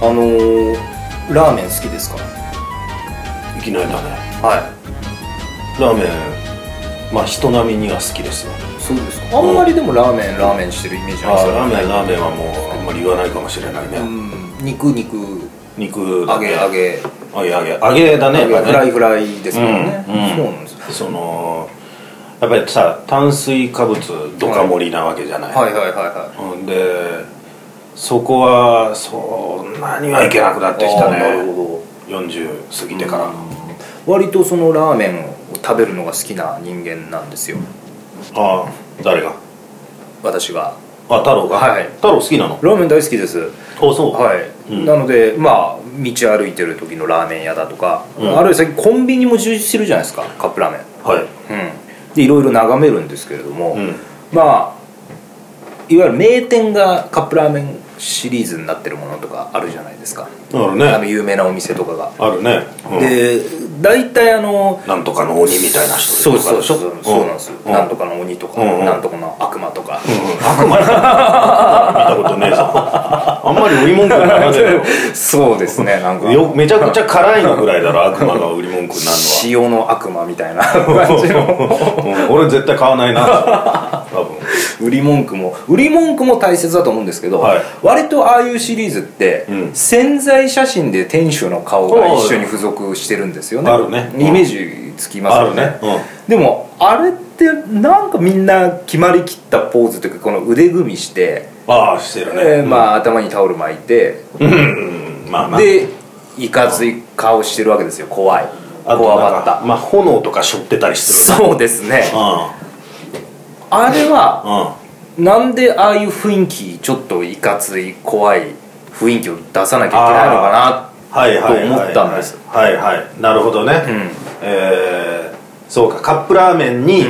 ラーメン好きですか？ いきなりだね。 はラーメン、まあ人並みには好きですよ。 そうですか。あんまりでもラーメンしてるイメージなんですよ。 ラーメンはもうあんまり言わないかもしれないね。 肉だね。揚げだね。 フライですからね。そうなんです。 やっぱりさ、炭水化物ドカ盛りなわけじゃない。 はい。 でそこはそんなにはいけなくなってきたね。 なるほど。40過ぎてから。 割とそのラーメンを食べるのが好きな人間なんですよ。 ああ、誰が？ 私が。 太郎が。 はい。 太郎好きなの？ ラーメン大好きです。 そう。 はい。なのでまあ道歩いてる時のラーメン屋だとか、あるいは最近コンビニも充実してるじゃないですか、カップラーメン。 はい。 でいろいろ眺めるんですけれども、まあいわゆる名店がカップラーメンシリーズになってるものとかあるじゃないですか。 あるね。 有名なお店とかがあるね。 で大体なんとかの鬼みたいな人とかでしょ。 そうなんです。なんとかの鬼とか、なんとかの悪魔とか。 悪魔見たことねえぞ。あんまり売り文句にならねえよ。 そうですね。なんかめちゃくちゃ辛いのぐらいだろ、悪魔が売り文句になるのは。 塩の悪魔みたいな感じの。 俺絶対買わないな。多分。 売り文句も大切だと思うんですけど、割とああいうシリーズって宣材写真で店主の顔が一緒に付属してるんですよね。 あるね。 イメージつきますよね。でもあれってなんかみんな決まりきったポーズというか、この腕組みしてしてるね。 まあ頭にタオル巻いて、でいかつい顔してるわけですよ。怖ばった。 まあ炎とか背負ってたりする。 そうですね。あれはなんでああいう雰囲気、ちょっといかつい怖い雰囲気を出さなきゃいけないのかなと思ったんです。 なるほどね。そうか、カップラーメンに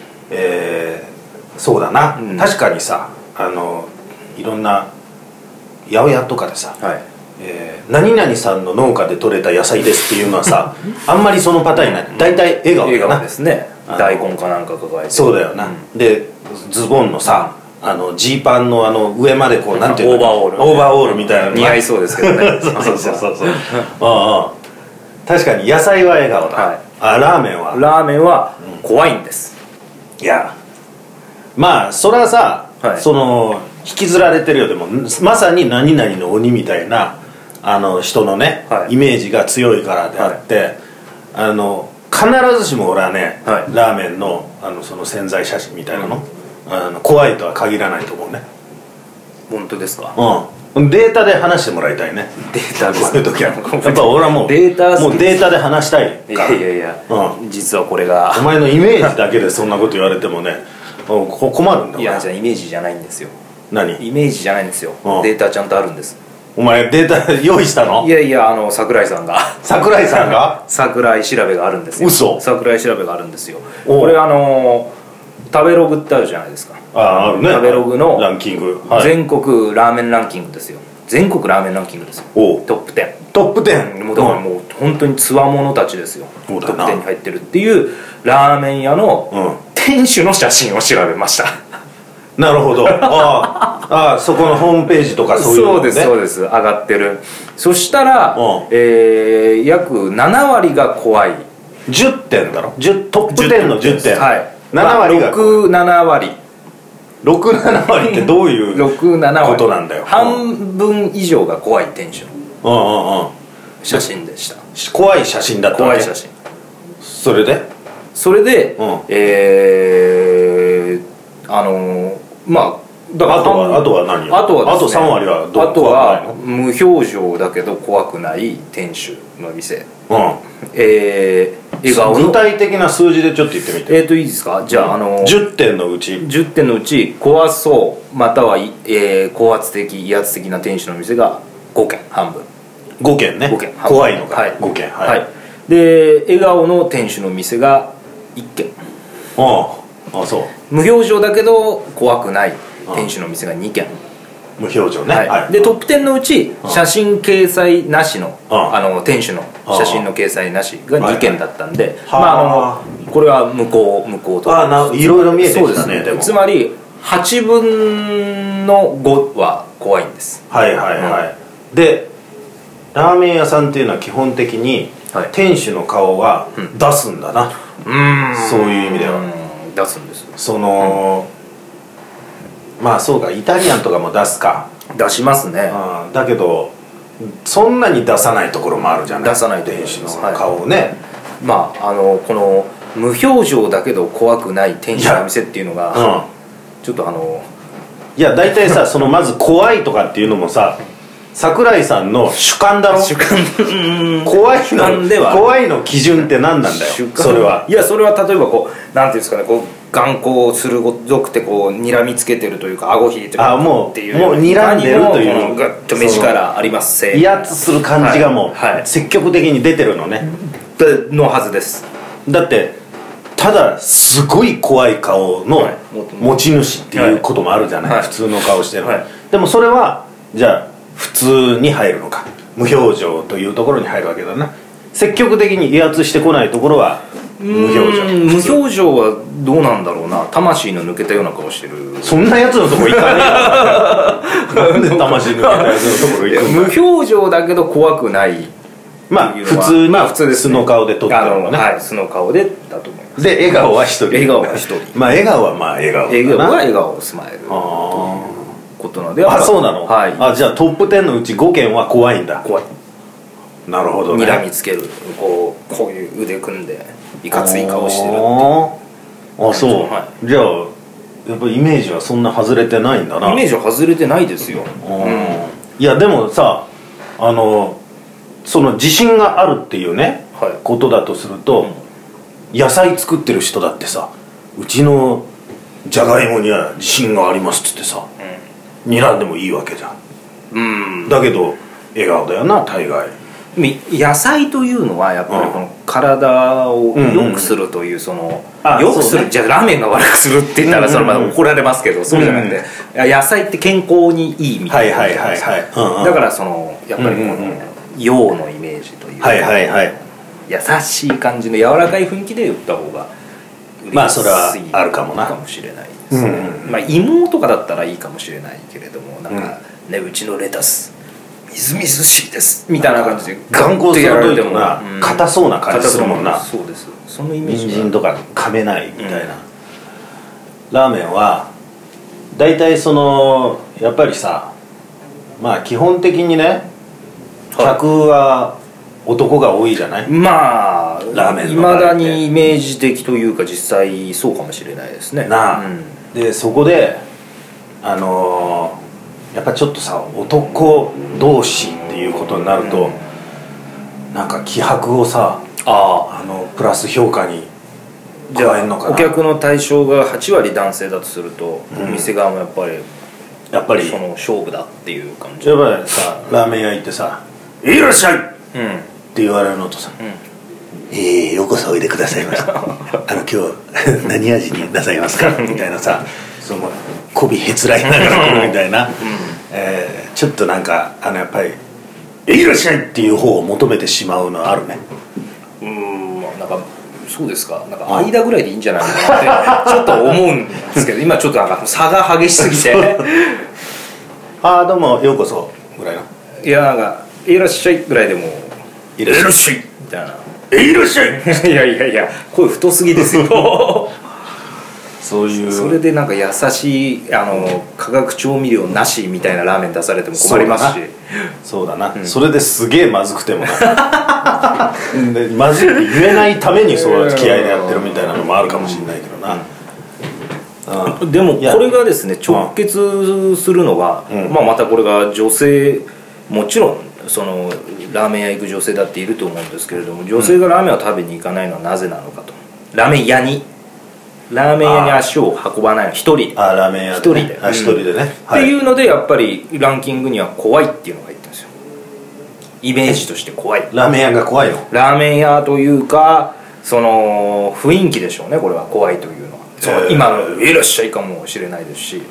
そうだな、確かにさ、いろんな八百屋とかでさ、何々さんの農家で採れた野菜ですっていうのはさ、あんまりそのパターンにない。大体笑顔だよな。 ですね。大根かなんか抱えて。 そうだよな。でズボンのさ、ジーパンの上までこう、なんていうの、 オーバーオールみたいなの似合いそうですけどね。 そう確かに野菜は笑顔だ。ラーメンは怖いんです。 いや、まあそれはさ、引きずられてるよ。でもまさに何々の鬼みたいな人のね、イメージが強いからであって、必ずしも俺はね、ラーメンのその宣材写真みたいなの、怖いとは限らないと思うね。 本当ですか？ データで話してもらいたいね。 データこういう時はやっぱ俺はもうデータで話したいから。 いや、実はこれがお前のイメージだけでそんなこと言われてもね、困るんだ。 いや、じゃあイメージじゃないんですよ。 何？ イメージじゃないんですよ。データちゃんとあるんです。 お前データ用意したの？ いや、桜井さんが桜井調べがあるんですよ。 嘘？ 桜井調べがあるんですよ。これ食べログってあるじゃないですか。 あるね。 食べログのランキング、 全国ラーメンランキングですよ。全国ラーメンランキングですよ。トップ10。 トップ10。 だからもう本当につわものたちですよ。トップ10に入ってるっていうラーメン屋の店主の写真を調べました。 なるほど。そこのホームページとかそういうのね。 そうです上がってる。そしたら約7割が怖い。 10点だろ。トップ10の10点。 7割が6-7割ってどういうことなんだよ。 半分以上が怖い店主の写真でした。 怖い写真だった。 怖い写真。 それでまあだからあとは何よ。あと3割はどう？ あとは無表情だけど怖くない店主の店。笑顔の具体的な数字でちょっと言ってみて。 いいですか？じゃあ 10点のうち怖そうまたは高圧的威圧的な店主の店が5件。半分 5件ね。怖いのが5件。 で笑顔の店主の店が1件。 そう。 無表情だけど怖くない店主の店が2件。 無表情ね。 でトップ10のうち写真掲載なしの店主の写真の掲載なしが2件だったんで、これは向こうとかいろいろ見えてきたね。でもつまり8分の5は怖いんです。 でラーメン屋さんっていうのは基本的に店主の顔は出すんだな、そういう意味では出すんです。 その、まあそうか、イタリアンとかも出すか、 出しますね。 だけどそんなに出さないところもあるじゃない、 出さない店主の顔をね、 まあこの無表情だけど怖くない店主の店っていうのが、ちょっといや大体さそのまず怖いとかっていうのもさ、桜井さんの主観だろ。 主観怖いの基準って何なんだよそれは。 いや、それは例えばこうなんていうんですかね、こう眼光鋭くてこう睨みつけてるというか、顎引いてるっていう、 もう睨んでるというガッと目力ありますせ威圧する感じがもう積極的に出てるのね、 のはずです。 だってただすごい怖い顔の持ち主っていうこともあるじゃない、普通の顔してる、でもそれはじゃあ普通に入るのか、無表情というところに入るわけだな。積極的に威圧してこないところは無表情。 無表情はどうなんだろうな。魂の抜けたような顔してる。 そんなやつのとこ行かねえよなんで魂抜けたやつのところ行くんだ。 無表情だけど怖くない。 まあ普通に素の顔で撮ってるのね。 はい、素の顔でだと思います。 で笑顔は一人。 笑顔は一人。 まあ笑顔はまあ笑顔だな。 笑顔は笑顔、スマイル。ことなので。 そうなの。はい。じゃあトップ10のうち5件は怖いんだ。 怖い。 なるほどね。 睨みつける、こういう腕組んでいかつい顔してるっていう。 そう。じゃあやっぱイメージはそんな外れてないんだな。 イメージは外れてないですよ。 いやでもさ、その自信があるっていうね、ことだとすると、野菜作ってる人だってさ、うちのじゃがいもには自信がありますっつってさ、睨んでもいいわけじゃん。だけど笑顔だよな大概。 野菜というのはやっぱりこの体を良くするという、その良くする、じゃあラーメンが悪くするって言ったらそれまだ怒られますけど、そうじゃなくて野菜って健康にいいみたいな。だからそのやっぱりこの陽のイメージというか、優しい感じの柔らかい雰囲気で売った方がまあそれはあるかもな、 かもしれないですね。まあ芋とかだったらいいかもしれないけれども、なんかね、うちのレタスみずみずしいですみたいな感じでガンとやられてもな、硬そうな感じするもんな。 そうです、そのイメージ。 人参とか噛めないみたいな。ラーメンは大体そのやっぱりさ、まあ基本的にね、客は男が多いじゃない。まあラーメンのいまだにイメージ的というか実際そうかもしれないですね。 でそこでやっぱちょっとさ、男同士っていうことになると、なんか気迫をさ、プラス評価に加えるのかな。 お客の対象が8割男性だとすると、お店側もやっぱりその勝負だっていう感じ。 やっぱりさ、ラーメン屋行ってさ「いらっしゃい!」って言われるのとさ「ようこそおいでくださいました今日何味になさいますか?」みたいなさ、その媚びへつらいながら来るみたいな、ちょっとなんかやっぱり「いらっしゃい!」っていう方を求めてしまうのはあるね。 なんかそうですか、なんか間ぐらいでいいんじゃないかなってちょっと思うんですけど、今ちょっとなんか差が激しすぎてどうもようこそぐらいの、 いやなんか「いらっしゃい」ぐらいでも 「いらっしゃい!」みたいな 「いらっしゃい!」 いや声太すぎですよそういう、 それでなんか優しい化学調味料なしみたいなラーメン出されても困りますし。 そうだな、それですげえまずくてもなまずいって言えないためにそう気合いでやってるみたいなのもあるかもしれないけどな。 でもこれがですね、直結するのが、またこれが女性、もちろんそのラーメン屋行く女性だっていると思うんですけれども、女性がラーメンを食べに行かないのはなぜなのかと。ラーメン屋に足を運ばないの、一人で。 ラーメン屋でね、一人でね、 っていうのでやっぱりランキングには怖いっていうのが入ってるんですよ。イメージとして怖い。 ラーメン屋が怖いの。 ラーメン屋というか、その雰囲気でしょうね、これは怖いというのは。その今のいらっしゃいかもしれないですし、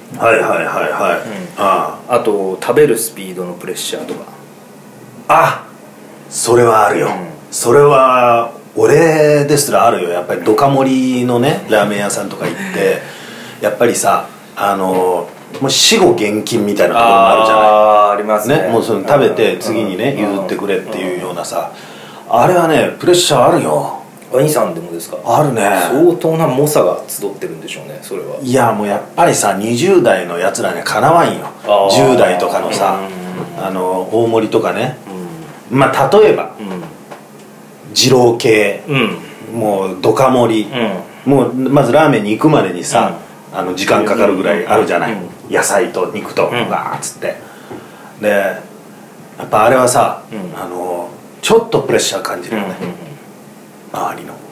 あと食べるスピードのプレッシャーとか。 それはあるよ、それは俺ですらあるよ。やっぱりドカ盛りのねラーメン屋さんとか行って、やっぱりさもう死後現金みたいなところもあるじゃない。 ありますね。 もうその食べて次にね譲ってくれっていうようなさ、あれはねプレッシャーあるよ。 ワインさんでもですか？ あるね。 相当な猛者が集ってるんでしょうね、それは。 いやもうやっぱりさ20代のやつらにかなわんよ。10代とかのさ大盛りとかね、まあ例えば二郎系、もうドカ盛り、もうまずラーメンに行くまでにさ、時間かかるぐらいあるじゃない、野菜と肉とガーッつって、でやっぱあれはさ、ちょっとプレッシャー感じるよね、周りの、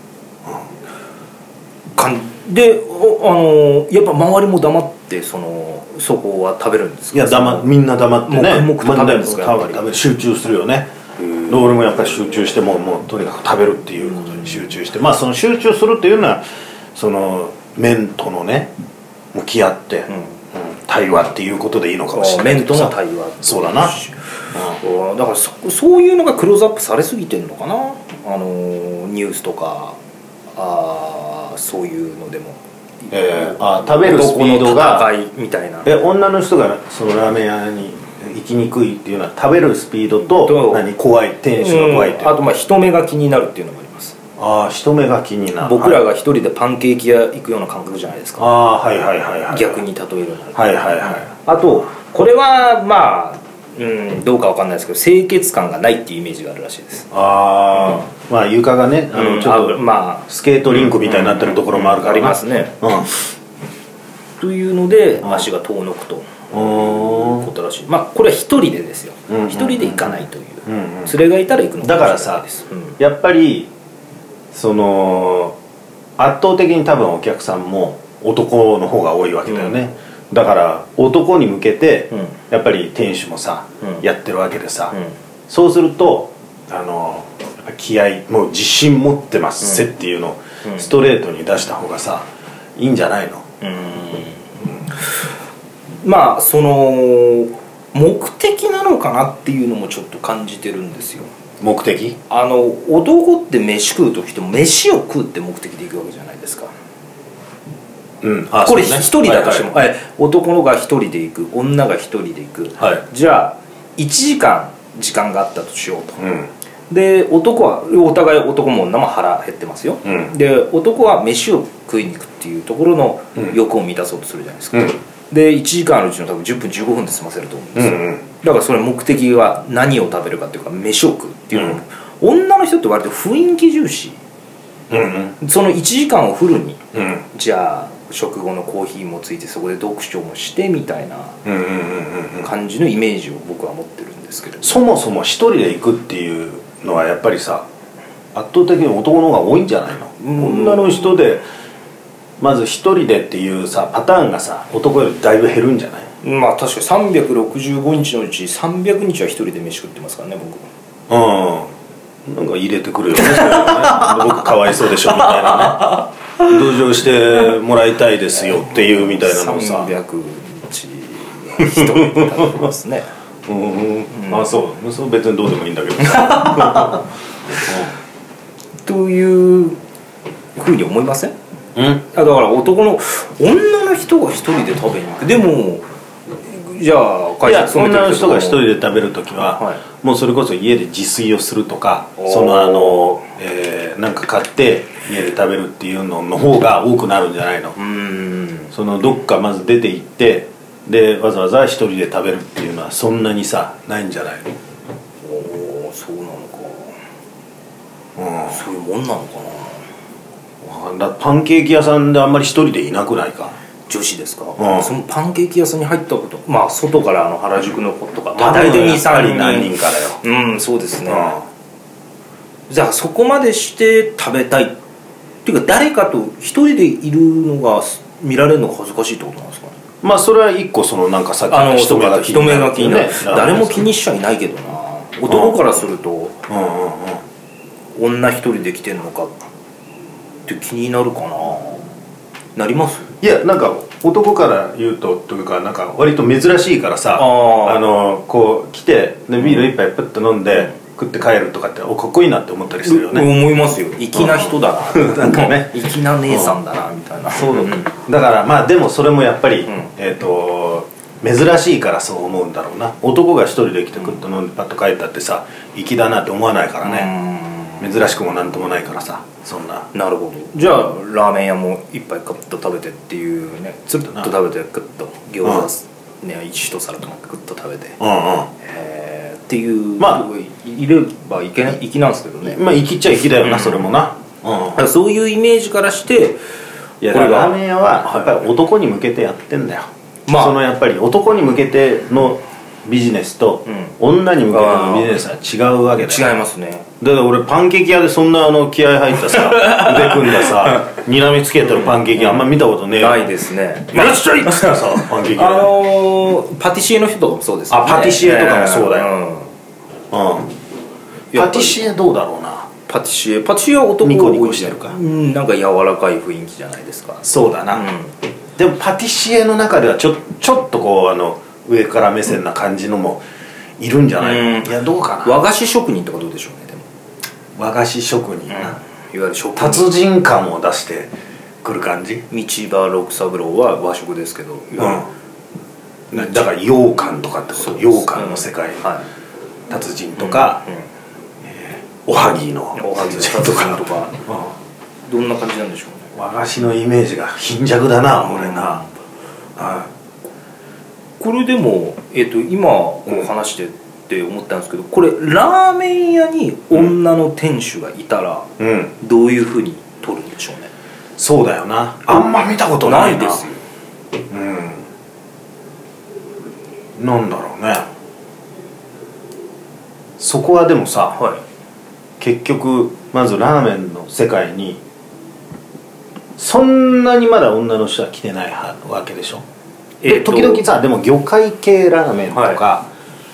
でやっぱ周りも黙ってそこは食べるんですか？ いやみんな黙ってね、 黙々と食べるんですか？やっぱり集中するよね。で俺もやっぱり集中してもうとにかく食べるっていうことに集中して、まあその集中するっていうのはその麺とのね向き合って、対話っていうことでいいのかもしれない。 麺との対話。 そうだな、 だからそういうのがクローズアップされすぎてんのかな、ニュースとかそういうのでも、 食べるスピードが戦いみたいな。 女の人がそのラーメン屋に行きにくいっていうのは食べるスピードと怖い店主が怖いっていう、 あと人目が気になるっていうのもあります。 人目が気になる。 僕らが一人でパンケーキ屋行くような感覚じゃないですか。逆に例えるの。あとこれはまあどうかわかんないですけど清潔感がないっていうイメージがあるらしいです。 まあ床がねちょっとスケートリンクみたいになってるところもあるから、 ありますね。というので足が遠のくということらしい。まあこれは一人でですよ。一人で行かないという。連れがいたら行くのかもしれないです。 だからさ、やっぱりその圧倒的に多分お客さんも男の方が多いわけだよね、だから男に向けてやっぱり店主もさ、やってるわけでさ、そうするとやっぱ気合もう自信持ってますせっていうのをストレートに出した方がさいいんじゃないの。 まあその目的なのかなっていうのもちょっと感じてるんですよ。 目的？ 男って飯食う時っても飯を食うって目的で行くわけじゃないですか。これ一人だとしても、男のが一人で行く、女が一人で行く、じゃあ1時間時間があったとしようと、で男はお互い男も女も腹減ってますよ、で男は飯を食いに行くっていうところの欲を満たそうとするじゃないですか、で1時間あるうちの多分10分15分で済ませると思うんですよ、だからそれ目的は何を食べるかっていうか飯を食うっていうのも、女の人って割と雰囲気重視、その1時間をフルに、じゃあ食後のコーヒーもついてそこで読書もしてみたいな感じのイメージを僕は持ってるんですけど、 そもそも一人で行くっていうのはやっぱりさ圧倒的に男の方が多いんじゃないの？女の人でまず一人でっていうさパターンがさ男よりだいぶ減るんじゃない？ まあ確かに365日のうち300日は一人で飯食ってますからね僕。 なんか入れてくるよねそれはね僕かわいそうでしょみたいなね同情してもらいたいですよっていうみたいなのをさ 300日一人で食べますねそう別にどうでもいいんだけどというふうに思いません？だから女の人が一人で食べに行く。でもじゃあ会社勤めてる女の人が一人で食べるときは、もうそれこそ家で自炊をするとかなんか買って家で食べるっていうのの方が多くなるんじゃないの？そのどっかまず出て行ってでわざわざ一人で食べるっていうのはそんなにさないんじゃないの？ そうなのか、そういうもんなのかな。 パンケーキ屋さんであんまり一人でいなくないか？ 女子ですか？そのパンケーキ屋さんに入ったこと、まあ外から原宿の子とか、大体2,3人何人からよ。そうですね。じゃあそこまでして食べたいっていうか誰かと一人でいるのが見られるのが恥ずかしいってことなんですかね？ まあそれは一個そのなんかさっきの人目が気になる、 誰も気にしちゃいないけどな。男からすると女一人で来てんのかって気になるかな。なります？ いやなんか男から言うとというかなんか割と珍しいからさこう来てでビール一杯プッと飲んで食って帰るとかってかっこいいなって思ったりするよね。 思いますよ。粋な人だななんかね、 粋な姉さんだなみたいな。 そうだからまあでもそれもやっぱり珍しいからそう思うんだろうな。男が一人で来て食って飲んでパッと帰ったってさ、粋だなって思わないからね。珍しくもなんともないからさ、そんな。 なるほど。じゃあラーメン屋も一杯カッと食べてっていうね、つるっと食べてグッと餃子ね一皿とかグッと食べてっていう、まあいれば粋なんですけどね。 まあ粋っちゃ粋だよな、それもな。 そういうイメージからして、 いやラーメン屋はやっぱり男に向けてやってんだよ。そのやっぱり男に向けてのビジネスと女に向けてのビジネスは違うわけだよ。 違いますね。 だから俺パンケーキ屋でそんな気合入ったさ腕組んださにらみつけてるパンケーキあんま見たことねえよ。 ないですね。 いらっしゃいっつったさパンケーキ屋パティシエの人とかもそうですね。 パティシエとかもそうだよ。パティシエどうだろうな。 パティシエは男ニコニコしてるか。 なんか柔らかい雰囲気じゃないですか。 そうだな。でもパティシエの中ではちょっとこう上から目線な感じのもいるんじゃないの。いやどうかな。 和菓子職人とかどうでしょうね。でも和菓子職人な、いわゆる職人達人感を出してくる感じ。 道場六三郎は和食ですけど、 だから羊羹とかってこと。羊羹の世界の達人とか、おはぎの達人とかどんな感じなんでしょうね。 和菓子のイメージが貧弱だな俺な。 これでも、今こう話してって思ったんですけど、これラーメン屋に女の店主がいたらどういうふうに取るんでしょうね。 そうだよな。あんま見たことないな。 ですよ。 なんだろうね。そこはでもさ、結局まずラーメンの世界にそんなにまだ女の人は来てないわけでしょ。時々さでも魚介系ラーメンとか、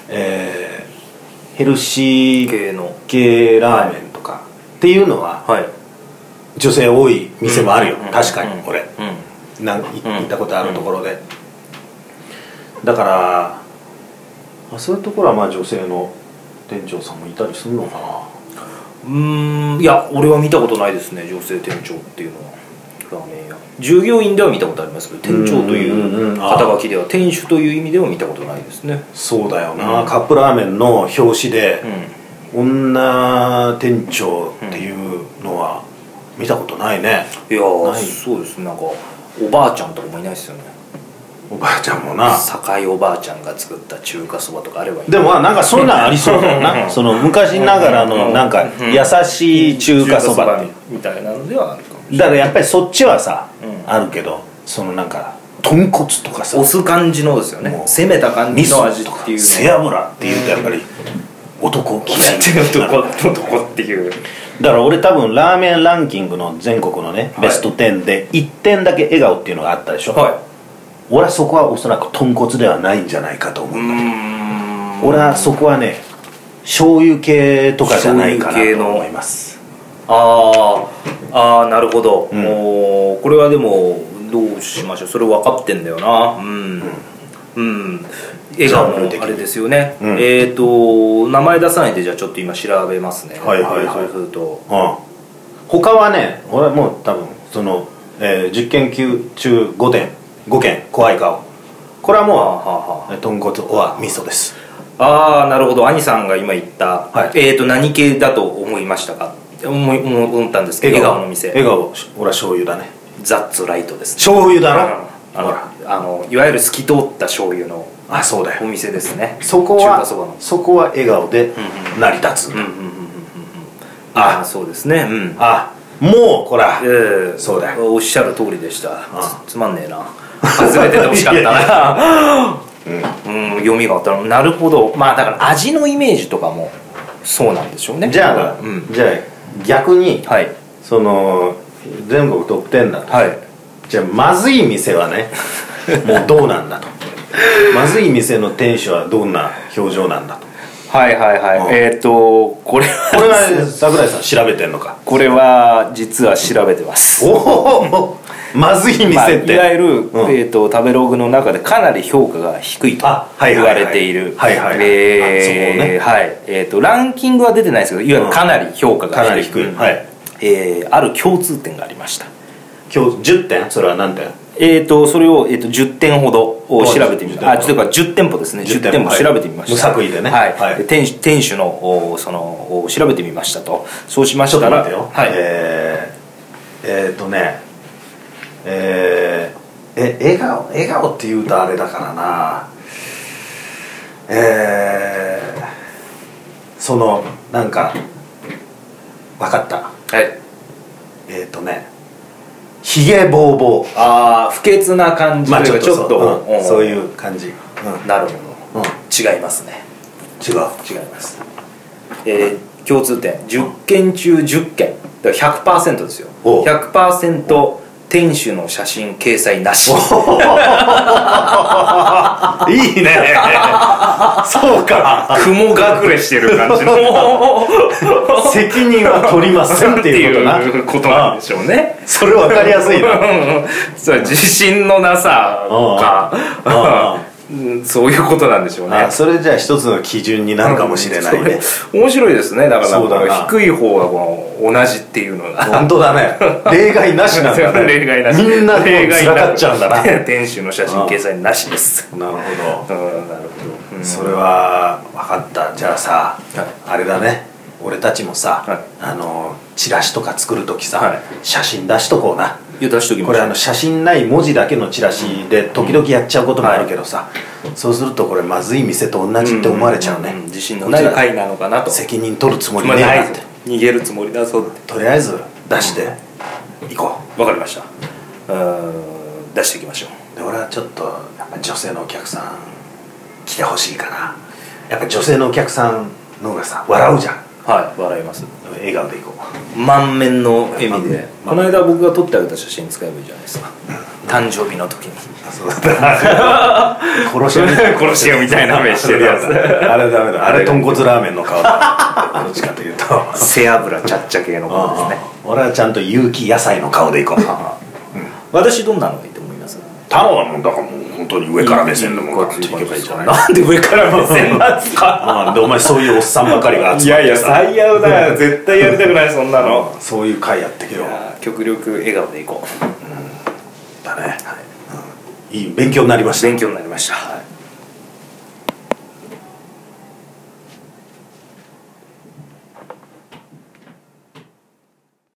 ヘルシー系ラーメンとかっていうのは女性多い店もあるよ。確かに俺行ったことあるところで。だからそういうところはまあ女性の店長さんもいたりするのかな。 いや俺は見たことないですね、女性店長っていうのは。ラーメン屋従業員では見たことありますけど、店長という肩書きでは店主という意味では見たことないですね。 そうだよな。カップラーメンの表紙で女店長っていうのは見たことないね。 いやそうですね。なんかおばあちゃんとかもいないですよね。 おばあちゃんもな、 酒井おばあちゃんが作った中華そばとかあればいい。 でもなんかそんなんありそうだよな。その昔ながらのなんか優しい中華そばみたいなのではあるかもしれない。 だからやっぱりそっちはさあるけど、そのなんか豚骨とかさ押す感じのですよね。攻めた感じの味っていう背脂っていうとやっぱり男嫌い男っていう。 だから俺多分ラーメンランキングの全国のねベスト10で1点だけ笑顔っていうのがあったでしょ。俺はそこはおそらく豚骨ではないんじゃないかと思うんだけど、俺はそこはね醤油系とかじゃないかなと思います。 なるほど。これはでもどうしましょう。それ分かってんだよな。笑顔のあれですよね。名前出さないでじゃあちょっと今調べますね。そうすると他はね、俺はもう多分その10件中5件怖い顔。これはもう豚骨は味噌です。 なるほど。兄さんが今言った何系だと思いましたか。思ったんですけど、笑顔の店。 笑顔、俺は醤油だね。 ザッツライトですね。 醤油だな。 いわゆる透き通った醤油のそうだよお店ですね。 そこは笑顔で成り立つ。 そうですね。 もうこらそうだよ。 おっしゃる通りでした。つまんねえな。外れててほしかったな。読みがあったの。なるほど。だから味のイメージとかもそうなんでしょうね。 じゃあ逆にその全国トップ10だと、じゃあまずい店はねもうどうなんだと。まずい店の店主はどんな表情なんだと。これは櫻井さん調べてんのか。 これは実は調べてます。 まずい店って、 いわゆる、食べログの中でかなり評価が低いと言われている、ランキングは出てないですけど、いわゆるかなり評価が低い、ある共通点がありました。 10点？それは何点？ それを、10点ほどを調べてみた。というか10店舗ですね。10店舗調べてみました。 無作為でね。 店主のその調べてみましたと。そうしましたら、 ちょっと待ってよ。笑顔って言うとあれだからな。そのなんか分かった。 はい。 ひげぼうぼう。 不潔な感じというか、ちょっとそういう感じ。 なるほど。違いますね。違います。共通点10件中10件だから 100% ですよ。 100% 店主の写真掲載なし。いいね。そうか、 雲隠れしてる感じの責任は取りませんっていうことなんでしょうね。 それ分かりやすいな。 それ自信のなさかそういうことなんでしょうね。 それじゃあ一つの基準になるかもしれないね。 面白いですね。だから低い方がこの同じっていうのが本当だね。例外なしなんだね。 例外なし。 みんなでもつらかっちゃうんだな。 店主の写真掲載なしです。 なるほど。それは分かった。じゃあさ、あれだね、俺たちもさ、チラシとか作るときさ、写真出しとこうな。 出しときましょう。 これ写真ない文字だけのチラシで時々やっちゃうこともあるけどさ、そうするとこれまずい店と同じって思われちゃうね。 自信のない会なのかなと。 責任取るつもりねえなって、 逃げるつもりだぞって。 とりあえず出していこう。わかりました。出していきましょう。 で、俺はちょっとやっぱ女性のお客さん来てほしいかな。やっぱ女性のお客さんの方がさ笑うじゃん。 笑います。 笑顔でいこう。 満面の笑みで。この間僕が撮ってあげた写真使えばいいじゃないですか。誕生日の時に。殺し屋みたいな目してるやつ。 あれダメだ。あれ豚骨ラーメンの顔だ。どっちかというと背脂ちゃっちゃ系の顔ですね。 俺はちゃんと有機野菜の顔でいこう。 私どんなのがいいと思います？ 太郎はもうだからもう本当に上から目線のものがついけばいいじゃない。 なんで上から目線なんですか。 でお前そういうおっさんばかりが集まってさ。いやいや最悪だよ。絶対やりたくないそんなの。 そういう回やってけよ。 極力笑顔でいこう。 だね。いい勉強になりました。 勉強になりました。